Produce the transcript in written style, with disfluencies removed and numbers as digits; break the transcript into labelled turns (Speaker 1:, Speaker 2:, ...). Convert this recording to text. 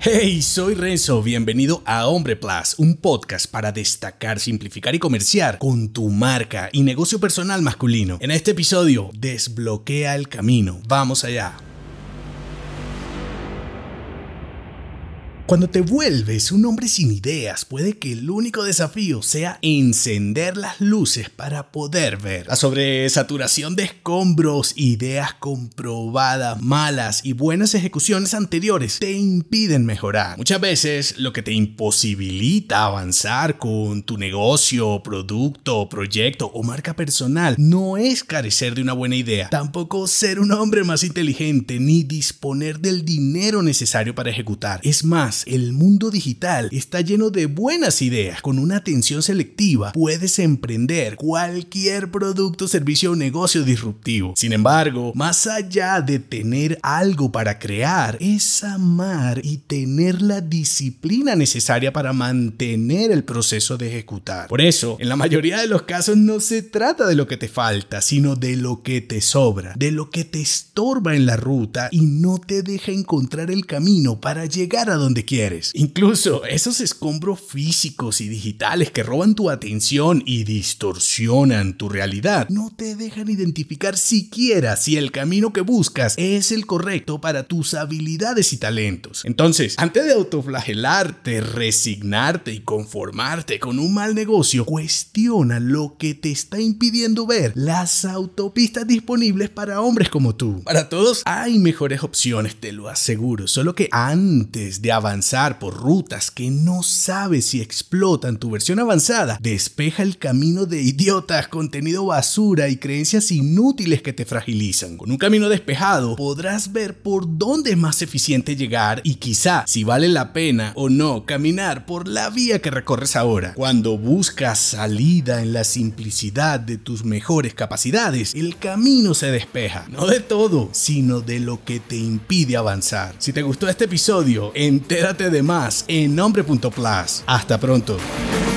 Speaker 1: Hey, soy Renzo, bienvenido a Hombre Plus, un podcast para destacar, simplificar y comerciar con tu marca y negocio personal masculino. En este episodio, desbloquea el camino. Vamos allá. Cuando te vuelves un hombre sin ideas, puede que el único desafío sea encender las luces para poder ver. La sobresaturación de escombros, ideas comprobadas, malas y buenas ejecuciones anteriores te impiden mejorar. Muchas veces lo que te imposibilita avanzar con tu negocio, producto, proyecto o marca personal no es carecer de una buena idea, tampoco ser un hombre más inteligente ni disponer del dinero necesario para ejecutar. Es más, el mundo digital está lleno de buenas ideas. Con una atención selectiva puedes emprender cualquier producto, servicio o negocio disruptivo. Sin embargo, más allá de tener algo para crear, es amar y tener la disciplina necesaria para mantener el proceso de ejecutar. Por eso, en la mayoría de los casos no se trata de lo que te falta, sino de lo que te sobra, de lo que te estorba en la ruta y no te deja encontrar el camino para llegar a donde quieres. Incluso esos escombros físicos y digitales que roban tu atención y distorsionan tu realidad no te dejan identificar siquiera si el camino que buscas es el correcto para tus habilidades y talentos. Entonces, antes de autoflagelarte, resignarte y conformarte con un mal negocio, cuestiona lo que te está impidiendo ver las autopistas disponibles para hombres como tú. Para todos hay mejores opciones, te lo aseguro, solo que antes de avanzar por rutas que no sabes si explotan tu versión avanzada, despeja el camino de idiotas, contenido basura y creencias inútiles que te fragilizan. Con un camino despejado podrás ver por dónde es más eficiente llegar y quizá si vale la pena o no caminar por la vía que recorres ahora. Cuando buscas salida en la simplicidad de tus mejores capacidades, el camino se despeja, no de todo, sino de lo que te impide avanzar. Si te gustó este episodio, entérate de más en Hombre.plus. Hasta pronto.